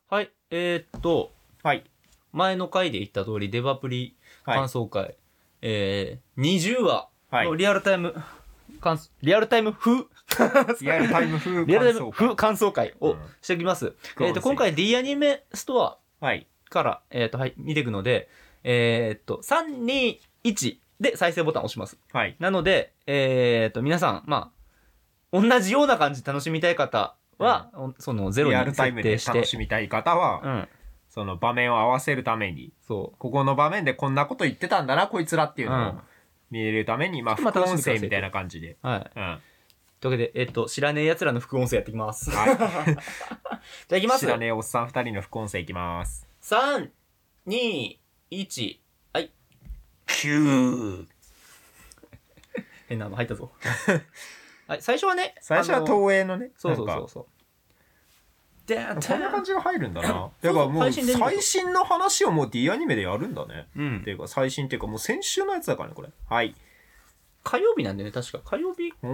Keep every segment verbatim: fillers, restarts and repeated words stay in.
はい、えー、っと、 はい。 前の回で言った通り、デバプリ感想会、はい、えー、にじゅうわのリアルタイム、感、はい、リアルタイム風リアルタイム風リアルタイム風感想会をしておきます。うん、えー、っと、今回 D アニメストアから、はい、えー、っと、はい、見ていくので、えー、っと、さん、に、いちで再生ボタンを押します。 はい。 なので、えー、っと、皆さん、まあ、同じような感じで楽しみたい方は、うん、そのゼロに設定して、リアルタイムで楽しみたい方は、うん、その場面を合わせるために、そうここの場面でこんなこと言ってたんだなこいつらっていうのを見れるために、うん、まあ副音声みたいな感じで、 はい、うん、というわけで、えっと知らねえ奴らの副音声やっていきます。はい、じゃあいきます。 知らねえおっさんふたりの副音声いきます。 さん、に、いち、はい。キュー。変なの入ったぞ。はい、最初はね、 最初は東映のね、 そうそうそうそう。 こんな感じが入るんだな。だからもう最新の話をもう D アニメでやるんだね。うん。っていうか最新っていうかもう先週のやつだからねこれ。はい。 火曜日なんでね確か火曜日。うん。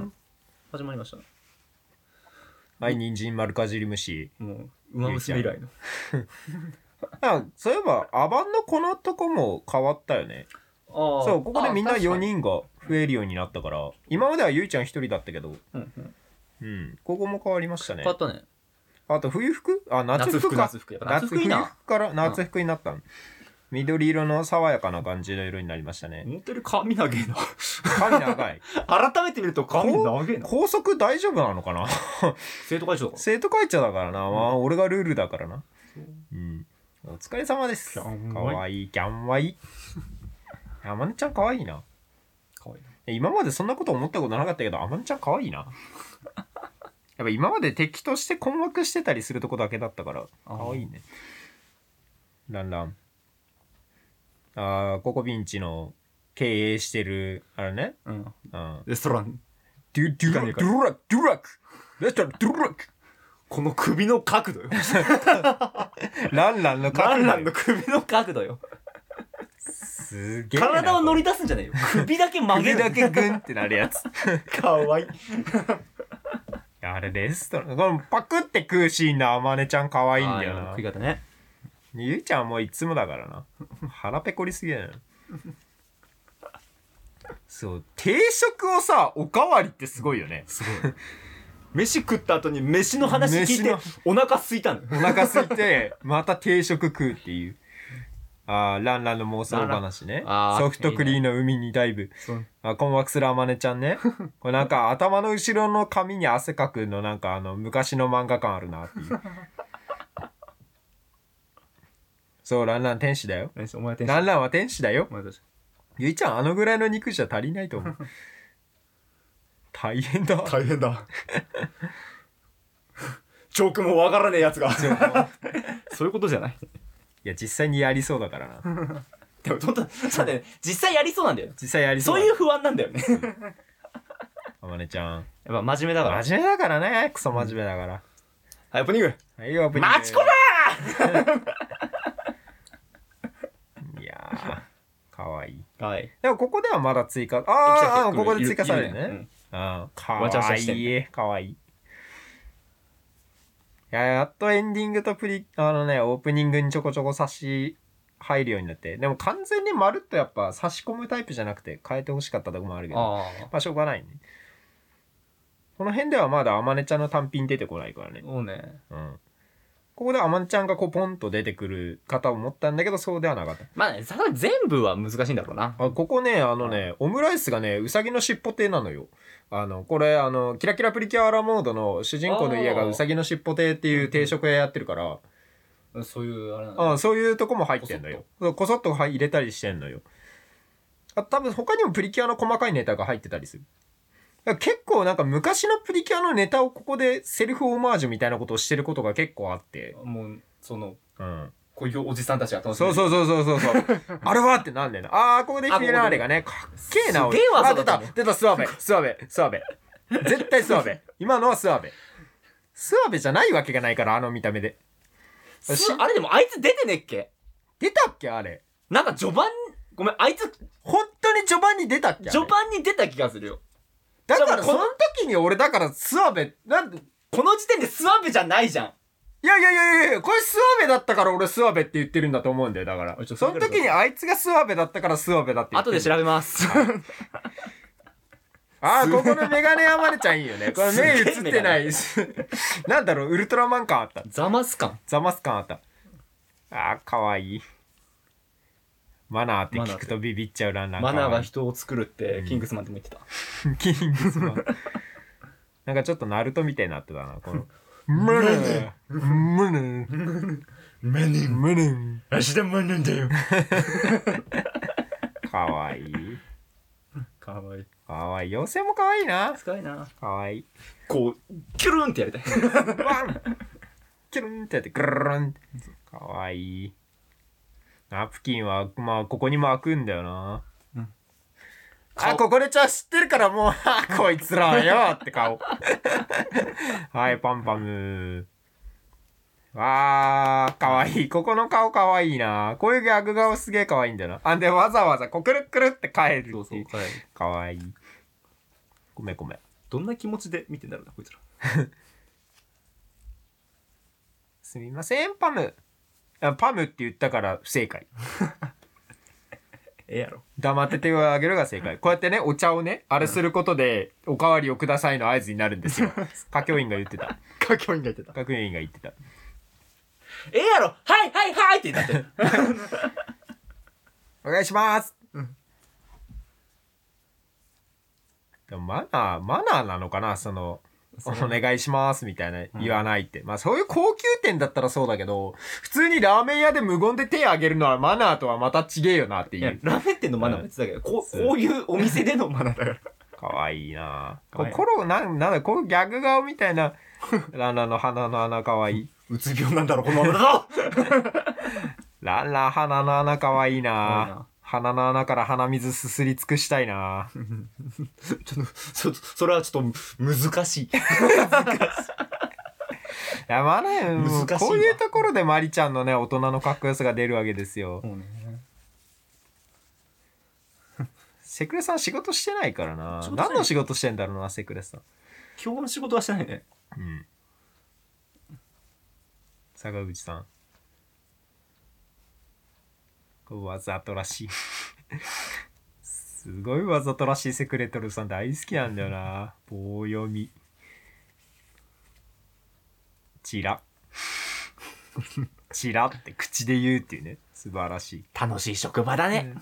始まりましたね。 はい、人参丸かじり虫。 もう馬娘以来の。 あ、そういえばアバンのこのとこも変わったよね。ああ。そうここでみんなよにんが増えるようになったから、今まではゆいちゃんひとりだったけど、うんうん。うん。ここも変わりましたね。 変わったね。 あと冬服あ夏服か夏服夏服いいな。 夏服から夏服になったの、うん、緑色の爽やかな感じの色になりましたね。 思ってる髪長いな。 髪長い。 改めて見ると髪長いな。 校則大丈夫なのかな。 生徒会長だから生徒会長だからな、まあ、うん、俺がルールだからな。うん、お疲れ様です。かわいいキャンワイ。あまねちゃんかわいいな。 かわいいな。 今までそんなこと思ったことなかったけどあまねちゃんかわいいな。やっぱ今まで敵として困惑してたりするとこだけだったからかわいいね。ランラン。あーココビンチの経営してるあれね、うんうん、 レストランドゥドゥラドゥラドゥラクレストランドゥラク。 この首の角度よ。 ランランの角度よ。 ランランの首の角度よ。 すげえな。 体を乗り出すんじゃないよ。首だけ曲げる。 首だけグンってなるやつ。 かわいい。 あれレストラン、このパクって食うシーンのあまねちゃん可愛いんだよな。 食い方ね。 ゆいちゃんはもういつもだからな。腹ペコりすぎだよ。そう、定食をさおかわりってすごいよね。 すごい。飯食った後に飯の話聞いてお腹空いたの。 お腹空いてまた定食食うっていう。あーランランの妄想話ね。ソフトクリーンの海にダイブ。あ困惑するあまねちゃんね。これなんか頭の後ろの髪に汗かくのなんかあの昔の漫画感あるなっていう。そうランラン天使だよ。 お前天使。 ランランは天使だよ。ゆいちゃんあのぐらいの肉じゃ足りないと思う。大変だ。 大変だ。チョークもわからねえやつが。そういうことじゃない。 いや実際にやりそうだからな。 でも本当そうだよね。実際やりそうなんだよ。 実際やりそう。 そういう不安なんだよね。 あまねちゃん。 やっぱ真面目だから。 真面目だからね。クソ真面目だから。うん、 はいオープニング。 はいオープニング。 マチコだー。いやーかわいい。 かわいい。 でもここではまだ追加。ああここで追加されるね。うん、あかわいい。かわいい。いややっとエンディングとプリあのねオープニングにちょこちょこ差し入るようになって、でも完全にまるっとやっぱ差し込むタイプじゃなくて変えてほしかったとこもあるけど、あまあしょうがないね。この辺ではまだあまねちゃんの単品出てこないからね。 そうね。 うん。ここであまねちゃんがこうポンと出てくる方を思ったんだけどそうではなかった。 まあねさすがに全部は難しいんだろうな。 あここねあのねオムライスがねうさぎの尻尾亭なのよ。あのこれあのキラキラプリキュアラモードの主人公の家がうさぎの尻尾亭っていう定食屋やってるから、 うん、そういうあれなんだ、あそういうとこも入ってんのよ。こそっと入れたりしてんのよ。あ多分他にもプリキュアの細かいネタが入ってたりする。結構なんか昔のプリキュアのネタをここでセルフオマージュみたいなことをしてることが結構あって、 もうそのうんこういうおじさんたちが楽しみそうそうそうそうそうそうあれはってなんだよな。あーここでフィナーレがねかっけえな。 すげえわ。 あ出た出たスワベスワベスワベ絶対スワベ。今のはスワベスワベじゃないわけがないからあの見た目で。 あれでもあいつ出てねっけ。 出たっけあれ。 なんか序盤ごめんあいつ本当に序盤に出たっけ。 序盤に出た気がするよ。 だからその時に俺だからスワベなんでこの時点でスワベじゃないじゃん。 いいやいやいやいや、これスワベだったから俺スワベって言ってるんだと思うんだよ。だから。その時にあいつがスワベだったからスワベだって言ってる。 後で調べます。 ああ、ここのメガネあまねちゃんいいよね。これ目映ってない。なんだろう、ウルトラマン感あった。 ザマス感。 ザマス感あった。ああ、かわいい。マナーって聞くとビビっちゃうランラン。 マナーが人を作るってキングスマンでも言ってた。 うん、キングスマン。なんかちょっとナルトみたいになってたな。このムルンムルンムルンムルン明日ムルンだよ。かわいい。 かわいい。 かわいい。妖精もかわいいな。 使いな。 かわいい。 こうキュルンってやりたい。 ワンキュルンってやってグルルン。かわいい。ナプキンはまあここにも開くんだよな。うん、あ、ここでちゃ知ってるからもうこいつらはよって顔。はい、パンパム。わー、かわいい。ここの顔かわいいな。こういうギャグ顔すげえかわいいんだよな。あんでわざわざこうくるくるって帰るっていう。そうそう、かわいい。ごめんごめん。 どんな気持ちで見てんだろうなこいつら。 すみませんパム。パムって言ったから不正解。 ええやろ。 黙って手を挙げるが正解。こうやってね、お茶をね、あれすることで、おかわりをくださいの合図になるんですよ。歌教員が言ってた。 歌教員が言ってた。 歌教員が言ってた。 ええやろ、はいはいはいって言って。 お願いします。うん、でもマナー、マナーなのかな、その、お願いしますみたいな言わないって、うん、まあそういう高級店だったらそうだけど、普通にラーメン屋で無言で手挙げるのはマナーとはまた違えよなっていう。いやラーメン店のマナーは別だけど、うん、こうこういうお店でのマナーだからかわいいなぁ。コロななんだこういうギャグ顔みたいなランランの鼻の穴かわいい。 うつ病なんだろこの穴だ。 ランラン鼻の穴かわいいなぁ。鼻の穴から鼻水すすり尽くしたいな。 ちょっとそそれはちょっと難しい。難しい。いやまあね、こういうところでマリちゃんのね大人のかっこよさが出るわけですよ。ね、セクレさん仕事してないからな。何の仕事してんだろうなセクレさん。 今日の仕事はしてないね。うん。 坂口さん。わざとらしい。すごいわざとらしいセクレトルさん大好きなんだよな。棒読み。チラ。チラって口で言うっていうね。素晴らしい。 楽しい職場だね。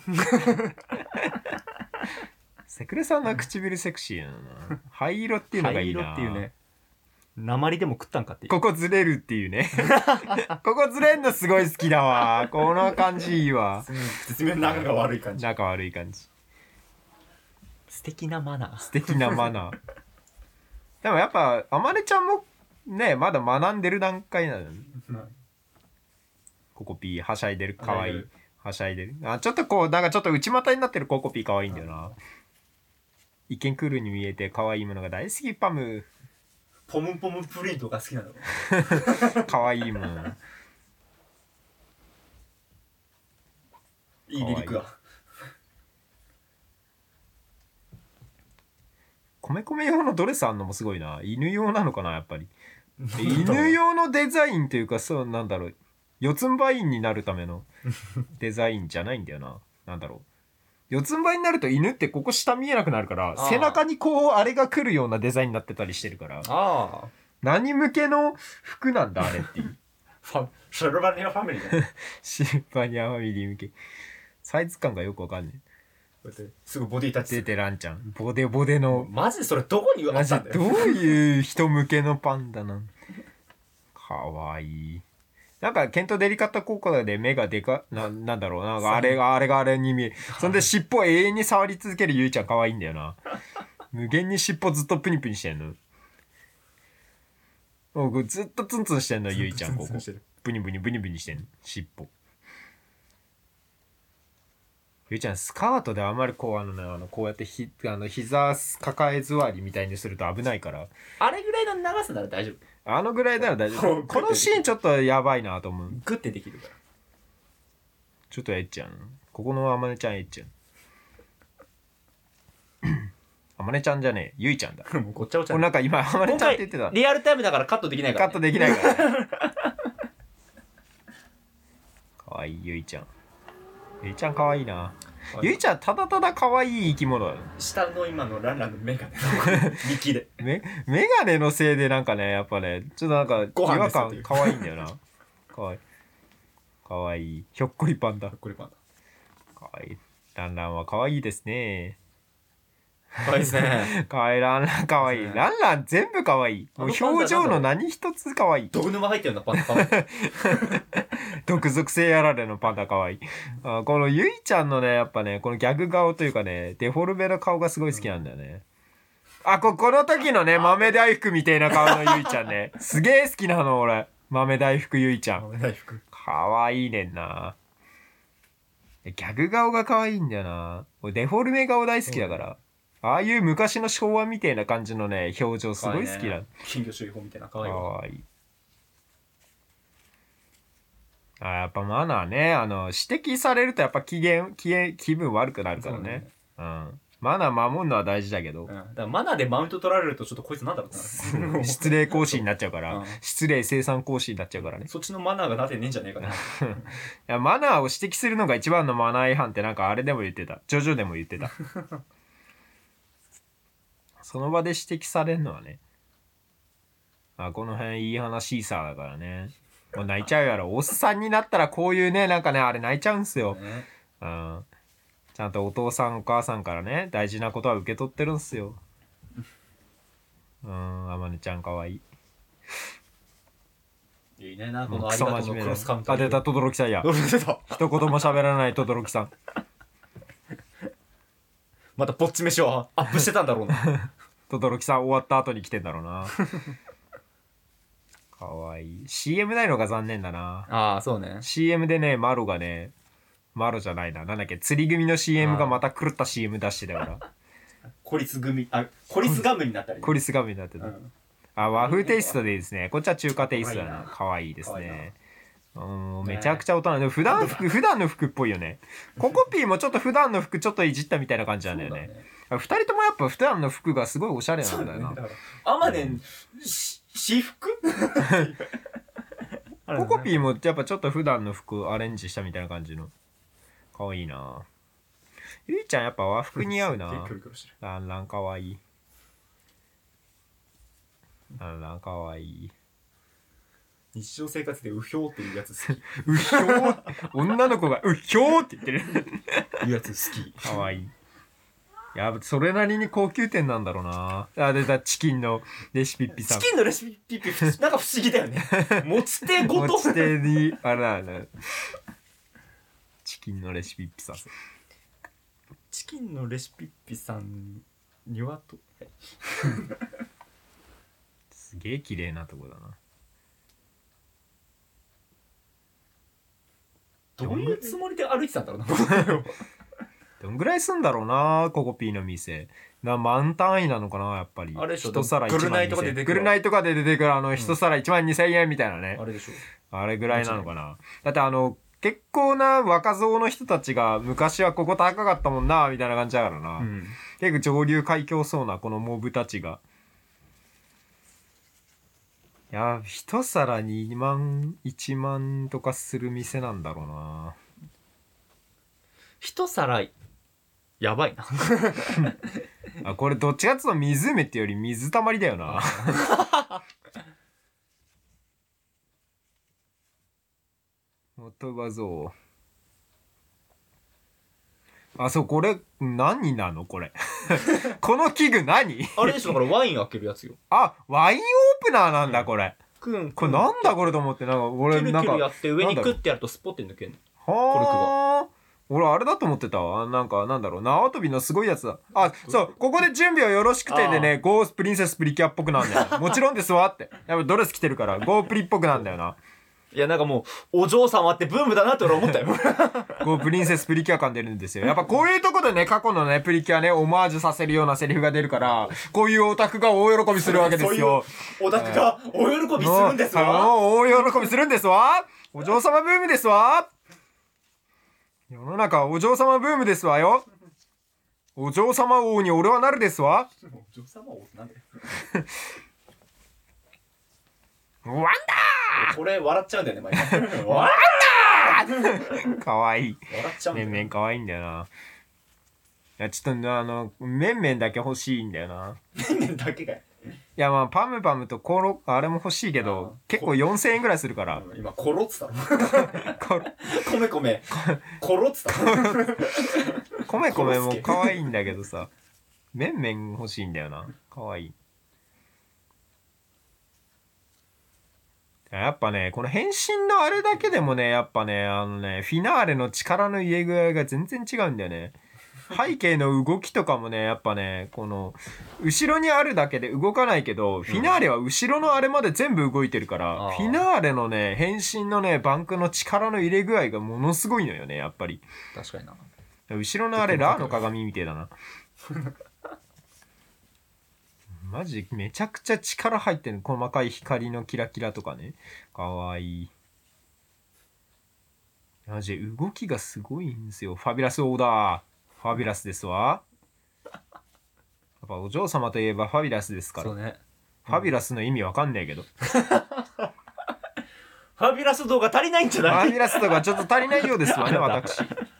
セクレさんの唇セクシーやな。灰色っていうのがいいな。 灰色っていうね。鉛でも食ったんかっていう。 ここずれるっていうね。ここずれんのすごい好きだわ。この感じいいわ。 説明仲が悪い感じ。 仲悪い感じ。 素敵なマナー。 素敵なマナー。でもやっぱあまねちゃんもねまだ学んでる段階なのよ、ね。うん、ココピーはしゃいでるかわいい。はしゃいでる。あちょっとこうなんかちょっと内股になってるココピーかわいいんだよな。一見クールに見えてかわいいものが大好きパム。 ポムポムプリントが好きなの。 かわいいもん。 いいリリックだ。 米米用のドレスあんのもすごいな。犬用なのかなやっぱり。犬用のデザインというかそうなんだろう。四つん這いになるためのデザインじゃないんだよな。なんだろう。四つん這いになると犬ってここ下見えなくなるから背中にこうあれが来るようなデザインになってたりしてるからあ何向けの服なんだあれっていうシルバニアファミリーだシルバニアファミリー向けサイズ感がよくわかんねえすぐボディタッチ出てランちゃんボデボデのマジでそれどこにあったんだよどういう人向けのパンダなんかわいいなんかケントデリカッタ効果で目がでかな、なんだろうな、なんかあれがあれがあれに見えそんで尻尾永遠に触り続けるゆいちゃん可愛いんだよな無限に尻尾ずっとプニプニしてんのおずっとツンツンしてんのゆいちゃんここプニプニプニプニしてんの尻尾ゆいちゃんスカートであんまりこうあのねあのこうやってひあの膝抱え座りみたいにすると危ないからあれぐらいの長さなら大丈夫あのぐらいなら大丈夫このシーンちょっとやばいなと思うグッてできるからちょっとえっちゃんここのあまねちゃんえっちゃんあまねちゃんじゃねえゆいちゃんだもうごっちゃごちゃなんか今あまねちゃんって言ってたリアルタイムだからカットできないから、ね、 カットできないから、ね、 わいいゆいちゃん。ゆいちゃんかわいいな。ゆいちゃんただただかわいい生き物だよ。 下の今のランランのメガネの幹でメメガネのせいでなんかねやっぱねちょっとなんか違和感かわいいんだよな。かわいいかわいいひょっこりパンダ。ひょっこりパンダかわいい。ランランはかわいいですね。 かわいいですね。 かわいいランランかわいい。ランラン全部かわいい。もう表情の何一つかわいい。 毒沼入ってるようなパンダかわいい。 毒属性やられのパンダかわいい。あこのゆいちゃんのねやっぱねこのギャグ顔というかねデフォルメの顔がすごい好きなんだよね。うん、あここの時のね豆大福みたいな顔のゆいちゃんねすげえ好きなの俺。豆大福ゆいちゃん。豆大福かわいいねんな。ギャグ顔がかわいいんだよな。俺デフォルメ顔大好きだから。ああいう昔の昭和みたいな感じのね表情すごい好きなの。 金魚周囲法みたいなかわいい。 かわいい。あやっぱマナーねあの指摘されるとやっぱ機嫌気気分悪くなるからね。ねうん。マナー守るのは大事だけど。うん、だからマナーでマウント取られるとちょっとこいつなんだろうな。 失礼講師になっちゃうから、うん、失礼生産講師になっちゃうからね。 そっちのマナーがなってねえんじゃねえかな。いやマナーを指摘するのが一番のマナー違反ってなんかあれでも言ってた。ジョジョでも言ってた。その場で指摘されるのはね。あこの辺いい話ーさーだからね。もう泣いちゃうやろ。おっさんになったらこういうねなんかねあれ泣いちゃうんすよ。ね、うん。ちゃんとお父さんお母さんからね大事なことは受け取ってるんすよ。うんあまねちゃんかわいい。いいねなこのありがとうのクロスカウンター。 あ出た轟さんや。一言も喋らない轟さん。 またぼっち飯をアップしてたんだろうな。 轟さん終わった後に来てんだろうな。かわいい。シーエム ないのが残念だな。 ああそうね。 シーエム でねマロがねマロじゃないななんだっけ釣り組の シーエム がまた狂った シーエム 出してたから。 コリス組あコリスガムになったり、ね。 コリスガムになってた。うん、あ和風テイストでいいですね。こっちは中華テイストだな。かわいいですね。うんめちゃくちゃ大人で普段服普段の服っぽいよね。ココピーもちょっと普段の服ちょっといじったみたいな感じなんだよね。ふたりともやっぱ普段の服がすごいおしゃれなんだよな。 あまねん私服ココピーもやっぱちょっと普段の服アレンジしたみたいな感じのかわいいな。ゆいちゃんやっぱ和服似合うな。ランランかわいい。ランランかわいい。 日常生活でうひょうっていうやつ好き。 うひょう女の子がうひょうって言ってるいうやつ好き。 かわいい。いやそれなりに高級店なんだろうな。あ出たチキンのレシピッピさん。 チキンのレシピッピなんか不思議だよね。持ち手ごと。 持ち手にあれだね。チキンのレシピッピさん。 チキンのレシピッピさんにはと。 すげえ綺麗なとこだな。 どういうつもりで歩いてたんだろうな。 どんぐらいすんだろうなココピーの店な。満単位なのかなやっぱり。 あれでしょ一皿いちまんにせんえん。 グルナイとかで出てくるグルナイとかで出てくるあの一皿いちまんにせんえんみたいなね、 うん、あれでしょあれぐらいなのかな。だってあの結構な若造の人たちが昔はここ高かったもんなみたいな感じだからな、うん、結構上流階級そうなこのモブたちが。いや一皿にまんいちまんとかする店なんだろうな。 一皿やばいな。 あこれどっちかっていうと湖ってより水たまりだよな。元画像。あそうこれ何なのこれ。この器具何？ あれでしょだからワイン開けるやつよ。 あワインオープナーなんだこれ。 うん、 これなんだこれと思ってなんか俺なんかキュルキュルやって上にクッてやるとスポッて抜けるの。 はあ。俺あれだと思ってたわ。なんかなんだろう縄跳びのすごいやつだ。あそうここで準備をよろしくてでねゴープリンセスプリキュアっぽくなんだよ。もちろんですわってやっぱドレス着てるからゴープリっぽくなんだよな。 いやなんかもうお嬢様ってブームだなって俺思ったよ。 ゴープリンセスプリキュア感出るんですよ。やっぱこういうとこでね過去のねプリキュアねオマージュさせるようなセリフが出るからこういうオタクが大喜びするわけですよ。 そういうオタクが大喜びするんですわ。 大喜びするんですわ。お嬢様ブームですわ。世の中お嬢様ブームですわよ。お嬢様王に俺はなるですわ。 お嬢様王ってなんだよ。 ワンダーこれ笑っちゃうんだよね毎回。 ワンダかわいい。 笑っちゃうんだよ。 めんめんかわいいんだよな。いや、ちょっとあの、めんめんだけ欲しいんだよな。 めんめんだけかよ。 いや、まあ、パムパムとコロ、あれも欲しいけど、結構よんせんえんぐらいするから。 今、コロっつったのコロ。米米。コロっつったの米米も可愛いんだけどさ。めんめん欲しいんだよな。可愛い。やっぱね、この変身のあれだけでもね、やっぱね、あのね、フィナーレの力の入れ具合が全然違うんだよね。背景の動きとかもね、やっぱね、この、後ろにあるだけで動かないけど、フィナーレは後ろのあれまで全部動いてるから、うん、フィナーレのね、変身のね、バンクの力の入れ具合がものすごいのよね、やっぱり。 確かにな。 後ろのあれ、ラーの鏡みてえだな。マジめちゃくちゃ力入ってる。細かい光のキラキラとかね。かわいい。マジ動きがすごいんですよ。ファビュラスオーダー。ファビュラスですわ。やっぱお嬢様といえばファビュラスですから。 そうね。 ファビュラスの意味わかんないけど。ファビュラス動画足りないんじゃない？ ファビュラス動画ちょっと足りないようですわね、私。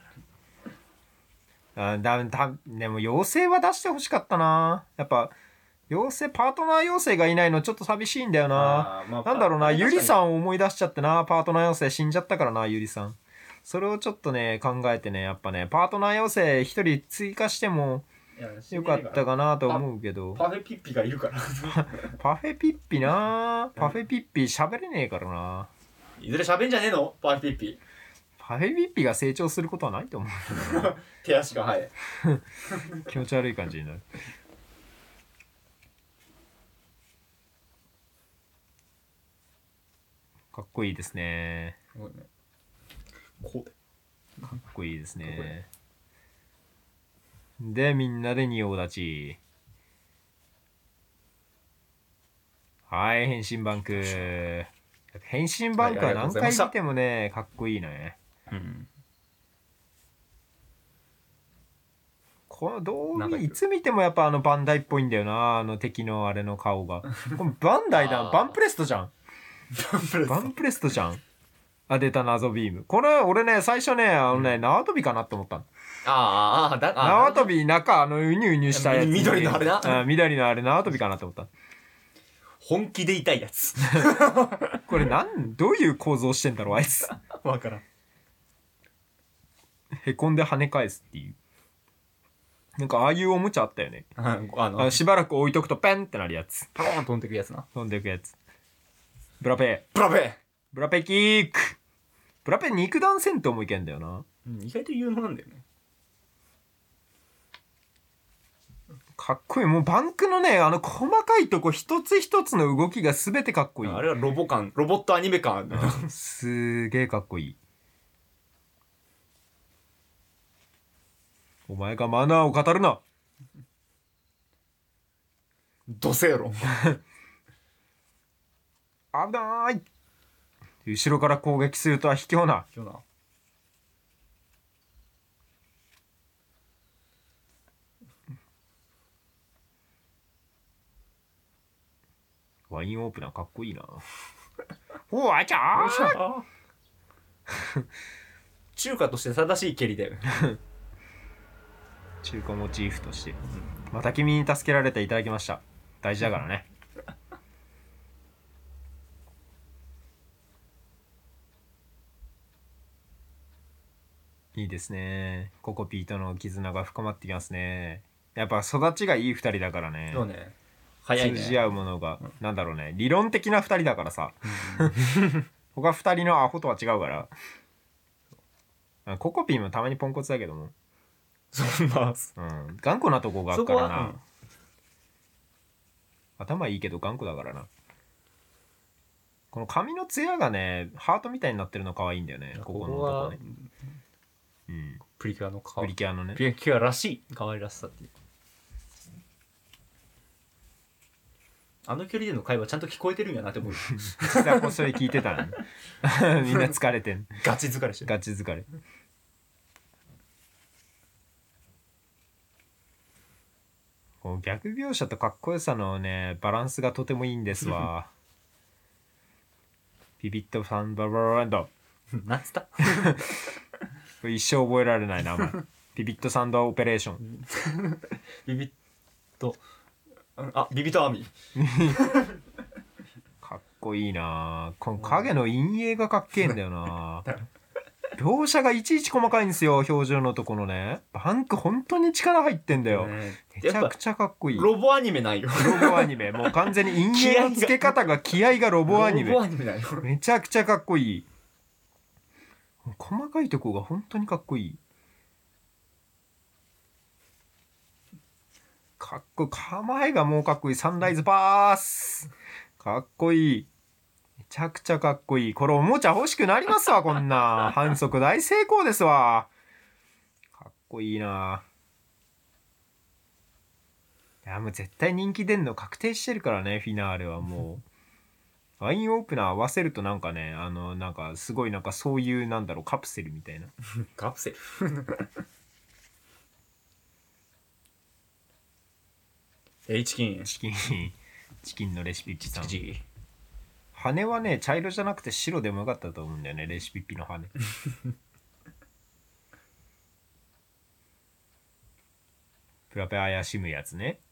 あだだでも妖精は出してほしかったな。やっぱ妖精パートナー妖精がいないのちょっと寂しいんだよな。まあ、なんだろうな、ゆりさんを思い出しちゃってな。パートナー妖精死んじゃったからな、ゆりさん。それをちょっとね考えてね、やっぱねパートナー妖精一人追加してもよかったかなと思うけど。 パフェピッピがいるからパフェピッピな。パフェピッピ喋れねえからな。 いずれ喋んじゃねえのパフェピッピ。 パフェピッピが成長することはないと思う手足が生え気持ち悪い感じになる。かっこいいですね。 こうでかっこいいですね。でみんなで仁王立ち。はい、変身バンク。変身バンクは何回見てもね、かっこいいね。うん、このどういつ見てもやっぱあのバンダイっぽいんだよな、あの敵のあれの顔が。これバンダイだ、バンプレストじゃん。バンプレストじゃん。あ、出た謎ビーム。これ俺ね最初ねあのね、うん、縄跳びかなって思ったの。 ああ、だ縄跳び中あのうにゅうにゅしたやつ、ね、 緑のあれな。 あ、緑のあれ縄跳びかなって思った。 本気で痛いやつ。 これなんどういう構造してんだろうあいつ。 わからん。 へこんで跳ね返すっていう。なんかああいうおもちゃあったよね。あのあのしばらく置いとくとペンってなるやつ。 パーン飛んでくやつな。 飛んでくやつ。ブラペブラペブラペキーク。ブラペ肉弾戦闘もいけんだよな、 うん、意外と有能なんだよね。 かっこいい。もうバンクのねあの細かいとこ一つ一つの動きが全てかっこいい。 あれはロボ感、ロボットアニメ感。 すげえかっこいい。お前がマナーを語るな。 ドセロ。 危ない。後ろから攻撃するとは卑怯な。 卑怯な。 ワインオープナーかっこいいな。おわちゃー。 中華として正しい蹴りだよ。 中華モチーフとして、また君に助けられていただきました。大事だからね。いいですね。ココピーとの絆が深まってきますね。やっぱ育ちがいい二人だからね。 そうね。早いね。 通じ合うものが、うん、なんだろうね。理論的な二人だからさ。うん、他二人のアホとは違うから。ココピーもたまにポンコツだけども。 そんな、 うん、頑固なとこがあるからな、うん、頭いいけど頑固だからな。この髪のツヤがねハートみたいになってるの可愛いんだよね。ここのとこね、 うん、プリキュアのプリキュアのねプリキュアらしい可愛らしさっていう。あの距離での会話ちゃんと聞こえてるんやなって思う。 実はこっそり聞いてたのみんな疲れてん。 ガチ疲れしてる。 ガチ疲れ。こう逆描写とかっこよさのねバランスがとてもいいんですわ。ビビットファンババランドなんつった一生覚えられない名前。ビビットサンドオペレーション。 ビビット、あ、ビビットアーミー。 かっこいいな。この影の陰影がかっけえんだよな。描写がいちいち細かいんですよ、表情のところね。バンク本当に力入ってんだよ。めちゃくちゃかっこいい。 ロボアニメないよ。 ロボアニメ。もう完全に陰影の付け方が気合がロボアニメ。 ロボアニメないよ。 めちゃくちゃかっこいい。細かいとこが本当にかっこいい。かっこいい。構えがもうかっこいい。サンライズバース。かっこいい。めちゃくちゃかっこいい。これおもちゃ欲しくなりますわ、こんな。反則大成功ですわ。かっこいいな。いや、もう絶対人気出んの確定してるからね、フィナーレはもう。ワインオープナー合わせるとなんかね、あの、なんかすごいなんかそういうなんだろう、カプセルみたいな。 カプセルえ、チキン。 チキン、チキンのレシピッピさん。羽はね、茶色じゃなくて白でもよかったと思うんだよね、レシピッピの羽。プラペ怪しむやつね。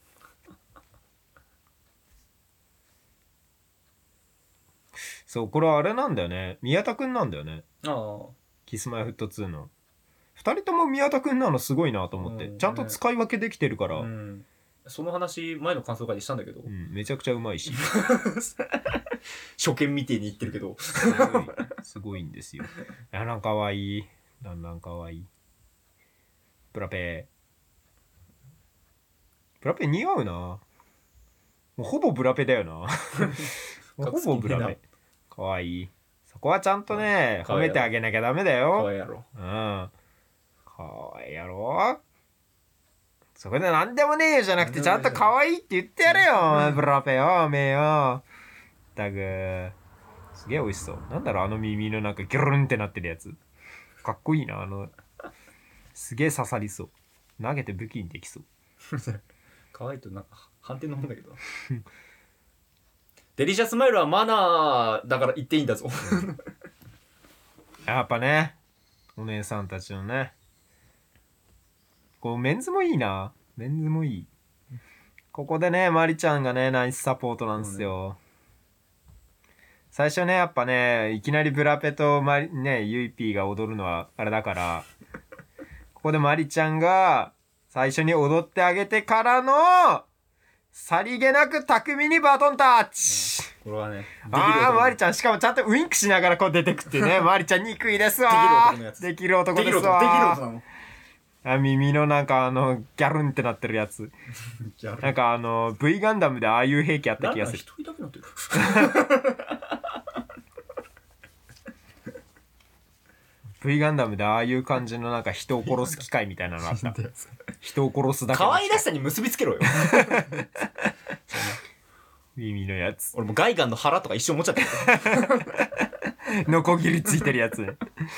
そう、これはあれなんだよね。宮田くんなんだよね。 ああ。 キスマイフットツーの。二人とも宮田くんなのすごいなと思って。ちゃんと使い分けできてるから。うん、 その話、前の感想会でしたんだけど。 うん、めちゃくちゃうまいし。 初見みてえに言ってるけど。 すごい、すごいんですよ。いや、なんかかわいい。だんだんかわいい。プラペブラペ似合うな。もうほぼブラペだよな。もうほぼブラペ。かわいい。そこはちゃんとね、褒めてあげなきゃダメだよ。 かわいいやろ。 うん。かわいいやろ。そこでなんでもねえよじゃなくて、ちゃんとかわいいって言ってやれよ、ブラペよ、おめえよ。だぐすげえ美味しそう。なんだろう、あの耳のなんかギョルンってなってるやつ。かっこいいな、あの。すげえ刺さりそう。投げて武器にできそう。 かわいいとなんか反転のもんだけど。デリシャスマイルはマナーだから言っていいんだぞ。 やっぱね、お姉さんたちのね。こうメンズもいいな。メンズもいい。ここでね、マリちゃんがね、ナイスサポートなんですよ。最初ね、やっぱね、いきなりブラペとマリ、ね、ユイピーが踊るのはあれだから、ここでマリちゃんが最初に踊ってあげてからの、さりげなく巧みにバトンタッチ、 うん、これはね、 ああ、マリちゃん、しかもちゃんとウインクしながらこう出てくってね、マリちゃん憎いですわ。できる男ですわ。できる男なの。あ、耳のなんかあのギャルンってなってるやつ。なんかあの V ガンダムでああいう兵器あった気がする。一人だけなってる。V ガンダムでああいう感じのなんか人を殺す機械みたいなのあった。人を殺すだけ。 可愛らしさに結びつけろよ。 耳のやつ。 俺もうガイガンの腹とか一生持っちゃってる。ノコギリついてるやつ。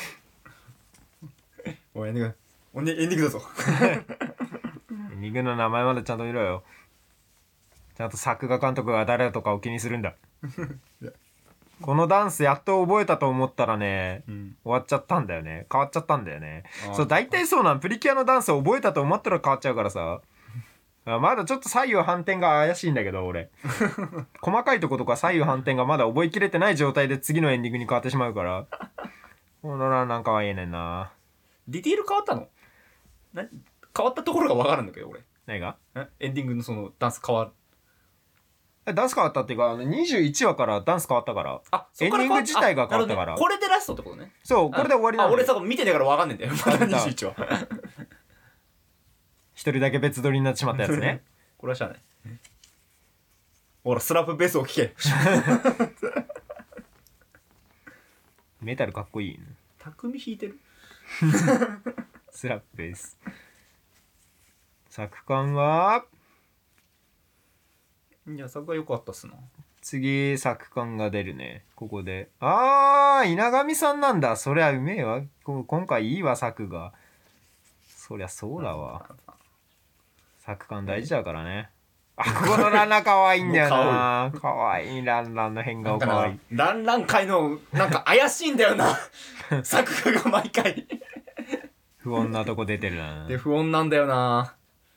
おいエンディング、おねエンディングだぞ。 エンディングの名前までちゃんと見ろよ。ちゃんと作画監督が誰とかを気にするんだ。このダンスやっと覚えたと思ったらね、うん、終わっちゃったんだよね。変わっちゃったんだよね。そう、大体そうなん。プリキュアのダンスを覚えたと思ったら変わっちゃうからさ。まだちょっと左右反転が怪しいんだけど、俺。細かいとことか左右反転がまだ覚えきれてない状態で次のエンディングに変わってしまうから。ほら、なんかはいいねんな。 ディティール変わったの？な変わったところが分かるんだけど、俺。 何が？ エンディングのそのダンス変わる。 ダンス変わったっていうか、にじゅういちわからダンス変わったから。あ、エンディング自体が変わったから。 ね、これでラストってことね。 そう、これで終わりなんだよ。 あ、俺さ、見てねえから分かんねえんだよ。まだにじゅういちわ。 一人だけ別撮りになってしまったやつね。 これはしゃあない。ほら、スラップベースを聴け。 メタルかっこいい、ね。 匠弾いてる。 スラップベース。作感は、 いや、作が良かったっすな。 次、作感が出るね。ここで。あー、稲上さんなんだ。そりゃうめえわ。今回いいわ、作が。そりゃそうだわ。作感大事だからね。 あ、ここのランランかわいいんだよな。かわいい、ランランの変顔かわいい。 ランラン界のなんか怪しいんだよな作画が毎回不穏なとこ出てるな。 で不穏なんだよな。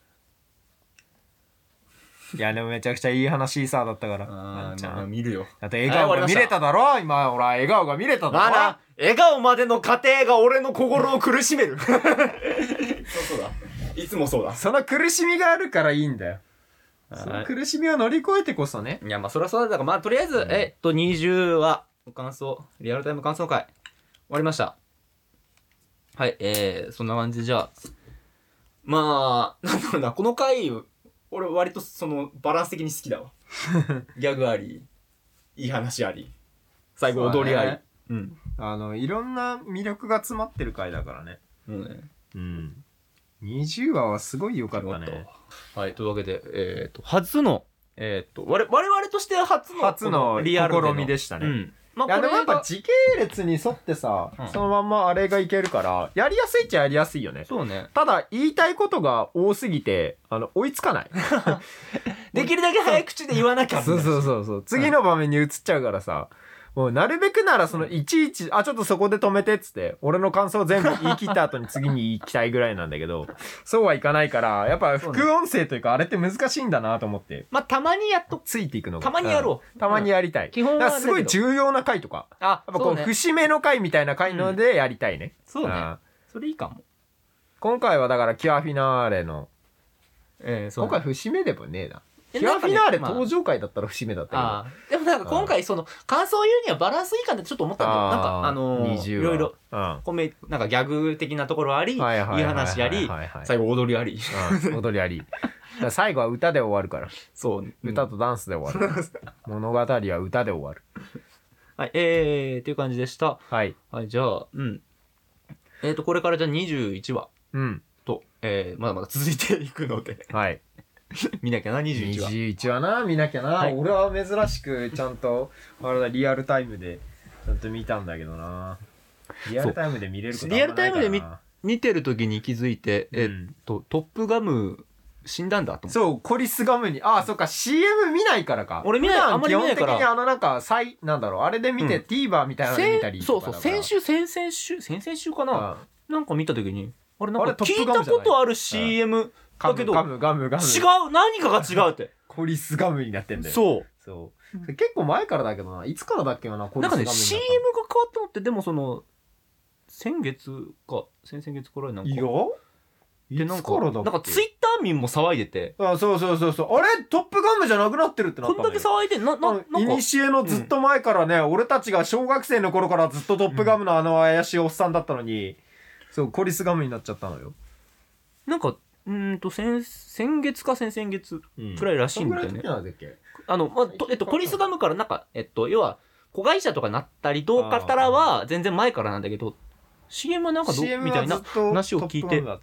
いやでもめちゃくちゃいい話さだったから。 あー、まあ、見るよ。 だって笑顔が見れただろ今。ほら笑顔が見れただろ。 まあな、笑顔までの過程が俺の心を苦しめるそうそうだ、いつもそうだ。 その苦しみがあるからいいんだよ。その苦しみを乗り越えてこそね。 いやまあそりゃそうだから、まあとりあえず、うん、えっとにじゅうわ感想リアルタイム感想会終わりました。はい、えー、そんな感じでじゃあまあなんだろうな、この回俺割とそのバランス的に好きだわギャグあり、いい話あり、最後踊りあり、う、ね、うん、 あのいろんな魅力が詰まってる回だからね。 うんね、 うん、にじゅうわはすごい良かったね。 はい、というわけでえっ、ー、と初のえっ、ー、と我々我々として初の初のリアル試みでしたね。うん、まあ、いやでもやっぱ時系列に沿ってさ、うん、そのまんまあれがいけるからやりやすいっちゃやりやすいよね。 そうね。 ただ言いたいことが多すぎてあの追いつかないできるだけ早口で言わなきゃそうそうそうそう、次の場面に移っちゃうからさ、もうなるべくならそのいちいちあちょっとそこで止めてっつって俺の感想を全部言い切った後に次に言いきたいぐらいなんだけどそうはいかないからやっぱ副音声というかあれって難しいんだなと思って、 まあたまにやっとついていくのがたまにやろう、 うん、たまにやりたい、うん、 基本はだからすごい重要な回とか、 あ、 やっぱこう節目の回みたいな回のでやりたいね、 うん、そうね、うん、それいいかも。 今回はだからキュアフィナーレの、 えー、そうね、 今回節目でもねえな。キュアフィナーレ登場回だったら節目だったけど、 まあ、でもなんか今回その感想を言うにはバランスいいかってちょっと思ったんだよ。なんかあのー、いろいろコメなんかギャグ的なところあり、いい話あり、最後踊りあり、 うん、踊りあり。だから最後は歌で終わるから。 そう、うん、 歌とダンスで終わる。物語は歌で終わる。 はい、えーっていう感じでした。 はい。 はい、じゃあ、うん。えっとこれからじゃあにじゅういちわと、 うん、 えー、まだまだ続いていくので、 はい。 見なきゃな、にじゅういちわ。 にじゅういちわな、見なきゃな。はい、俺は珍しくちゃんとあれだリアルタイムでちゃんと見たんだけどな。リアルタイムで見れることあんまないからな。 リアルタイムで 見, 見てる時に気づいて、えっと、うん、トップガム死んだんだと思って。 そう、コリスガムに。ああ、そっか、シーエム 見ないからか。 俺見ない、あんまり見ないから。 基本的にあのなんか、再、なんだろう、あれで見て、うん、TVer みたいなので見たりそうそう、先週、先々週、先々週かな、うん、なんか見た時に、あれなんか聞いたことある シーエム、うんだけどガムガムガム違う、何かが違うってコリスガムになってんだよ。 そうそう結構前からだけどな、いつからだっけな、コリスガムになったの。 なんかね シーエム が変わったのって、でもその先月か先々月くらいなんかいやでなんかなんかツイッター民も騒いでて、 あそうそうそうそう、あれトップガムじゃなくなってるってなったこんだけ騒いでなななんかいにしえのずっと前からね、うん、俺たちが小学生の頃からずっとトップガムのあの怪しいおっさんだったのに、うん、そうコリスガムになっちゃったのよ。 なんかうんと 先, 先月か先々月くらいらしいんだよね、うん、あの、まあとえっと、コリスガムからなんか、えっと、要は子会社とかなったりどうかたらは全然前からなんだけど シーエム はなんかどうみたいな話を聞いて、うん、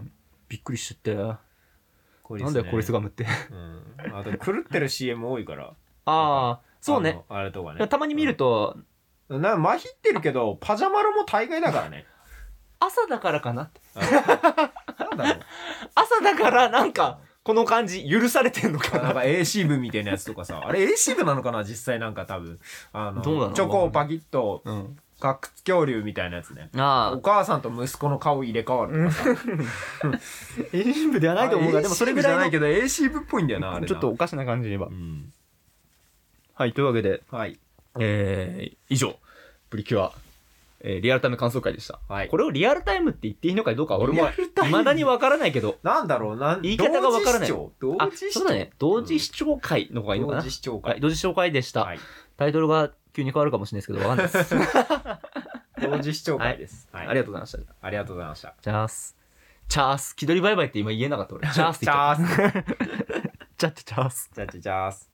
びっくりしちゃって、ね、なんだよコリスガムって、 うん、あと狂ってる シーエム 多いからああそうね、 あれとかねたまに見ると、 うん、なまひってるけどパジャマロも大概だからね朝だからかなってなんだろう朝だからなんかこの感じ許されてんのかな。 なんか エーシー 部みたいなやつとかさ、あれ エーシー 部なのかな実際。なんか多分あのどうなのチョコをパキッと、うん、ガック恐竜みたいなやつね。 あお母さんと息子の顔入れ替わるとかさエーシー 部ではないと思うが、でもそれぐらいのじゃないけど エーシー 部っぽいんだよなあれな。 ちょっとおかしな感じで言えば、うん、はい、というわけで、 はい、 えー、以上プリキュアえー、リアルタイム感想会でした、はい、これをリアルタイムって言っていいのかどうか俺も未だに分からないけど、 なんだろうな、 言い方が分からない。 同時視聴、 そうだね、同時視聴会の方がいいのかな。 同時視聴会、 はい、同時視聴会でした、はい、タイトルが急に変わるかもしれないですけど分かんないです同時視聴会です、 はいはい、ありがとうございました。 ありがとうございました。 チャースチャース気取りバイバイって今言えなかった俺。チャースって言っちゃったチャッチャースチャッチャース